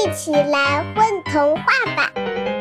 一起来混童话吧！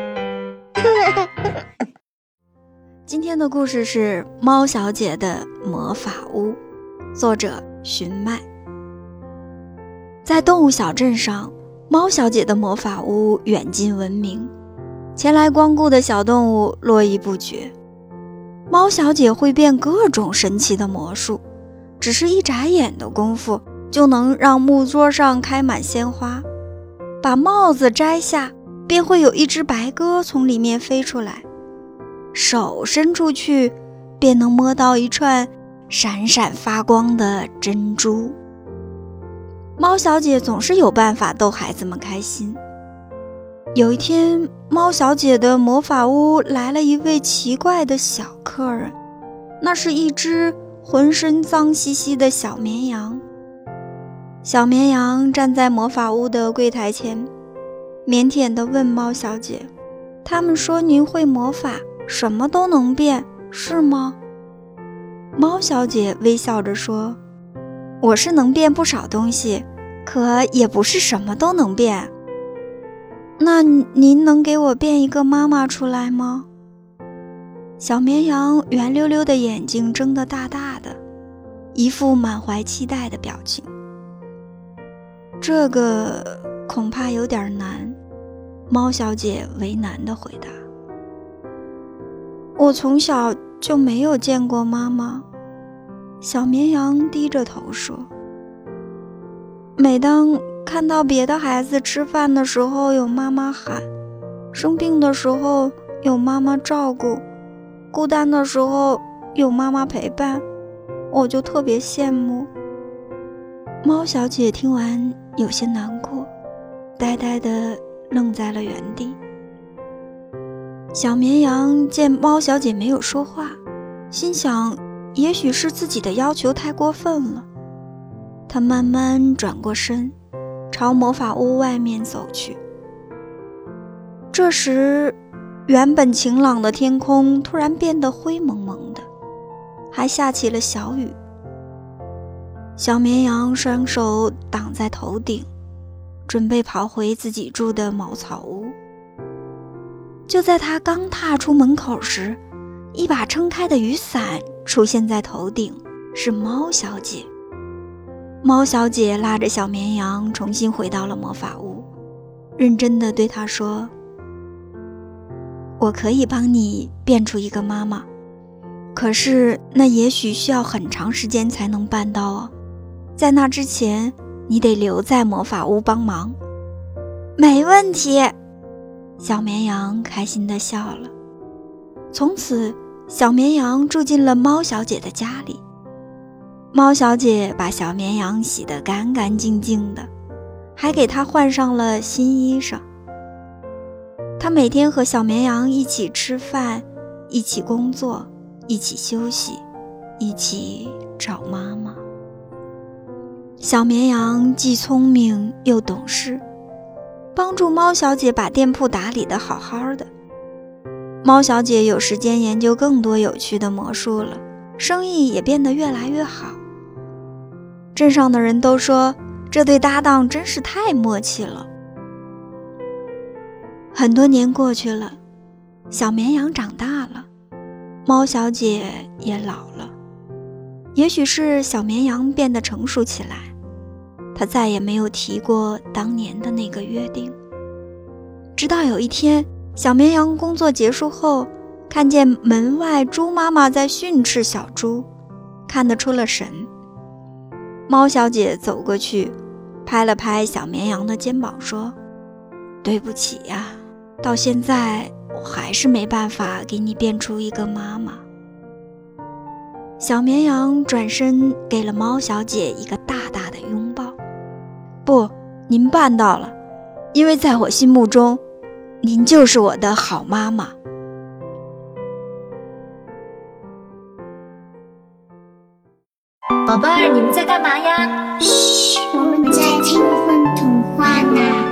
今天的故事是猫小姐的魔法屋，作者寻麦。在动物小镇上，猫小姐的魔法屋远近闻名，前来光顾的小动物络绎不绝。猫小姐会变各种神奇的魔术，只是一眨眼的功夫就能让木桌上开满鲜花，把帽子摘下，便会有一只白鸽从里面飞出来，手伸出去，便能摸到一串闪闪发光的珍珠。猫小姐总是有办法逗孩子们开心。有一天，猫小姐的魔法屋来了一位奇怪的小客人，那是一只浑身脏兮兮的小绵羊。小绵羊站在魔法屋的柜台前，腼腆地问猫小姐：“他们说您会魔法，什么都能变，是吗？”猫小姐微笑着说：“我是能变不少东西，可也不是什么都能变。那您能给我变一个妈妈出来吗？”小绵羊圆溜溜的眼睛睁得大大的，一副满怀期待的表情。这个恐怕有点难，猫小姐为难地回答。我从小就没有见过妈妈，小绵羊低着头说。每当看到别的孩子吃饭的时候有妈妈喊，生病的时候有妈妈照顾，孤单的时候有妈妈陪伴，我就特别羡慕。猫小姐听完有些难过，呆呆地愣在了原地。小绵羊见猫小姐没有说话，心想也许是自己的要求太过分了。它慢慢转过身，朝魔法屋外面走去。这时，原本晴朗的天空突然变得灰蒙蒙的，还下起了小雨。小绵羊双手挡在头顶，准备跑回自己住的茅草屋。就在他刚踏出门口时，一把撑开的雨伞出现在头顶，是猫小姐。猫小姐拉着小绵羊重新回到了魔法屋，认真地对他说：“我可以帮你变出一个妈妈，可是那也许需要很长时间才能办到哦。在那之前，你得留在魔法屋帮忙。”“没问题。”小绵羊开心地笑了。从此，小绵羊住进了猫小姐的家里。猫小姐把小绵羊洗得干干净净的，还给它换上了新衣裳。她每天和小绵羊一起吃饭，一起工作，一起休息，一起找妈妈。小绵羊既聪明又懂事，帮助猫小姐把店铺打理得好好的。猫小姐有时间研究更多有趣的魔术了，生意也变得越来越好。镇上的人都说，这对搭档真是太默契了。很多年过去了，小绵羊长大了，猫小姐也老了。也许是小绵羊变得成熟起来，它再也没有提过当年的那个约定。直到有一天，小绵羊工作结束后，看见门外猪妈妈在训斥小猪，看得出了神。猫小姐走过去，拍了拍小绵羊的肩膀说：“对不起呀，到现在我还是没办法给你变出一个妈妈。”小绵羊转身给了猫小姐一个大大的拥抱。“不，您办到了，因为在我心目中，您就是我的好妈妈。” 宝贝儿，你们在干嘛呀？ 嘘，我们在听混童话呢。